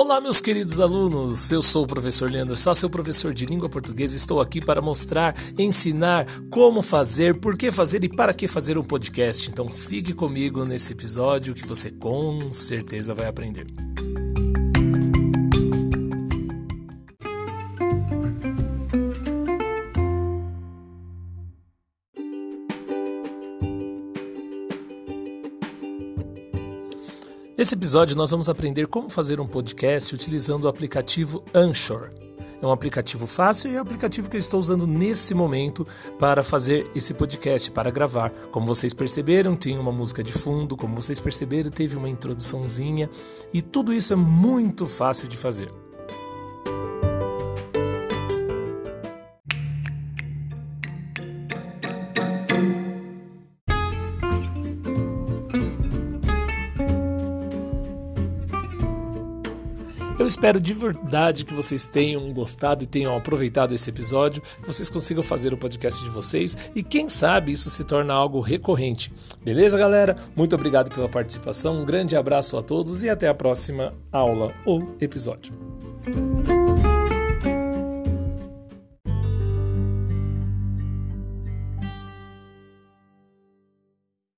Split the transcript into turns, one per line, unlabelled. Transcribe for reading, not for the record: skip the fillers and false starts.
Olá, meus queridos alunos, eu sou o professor Leandro Sá, seu professor de língua portuguesa. Estou aqui para mostrar, ensinar como fazer, por que fazer e para que fazer um podcast. Então fique comigo nesse episódio que você com certeza vai aprender. Nesse episódio nós vamos aprender como fazer um podcast utilizando o aplicativo Anchor. É um aplicativo fácil e é o aplicativo que eu estou usando nesse momento para fazer esse podcast, para gravar. Como vocês perceberam, tem uma música de fundo, como vocês perceberam, teve uma introduçãozinha e tudo isso é muito fácil de fazer. Eu espero de verdade que vocês tenham gostado e tenham aproveitado esse episódio, que vocês consigam fazer o podcast de vocês e quem sabe isso se torna algo recorrente. Beleza, galera? Muito obrigado pela participação, um grande abraço a todos e até a próxima aula ou episódio.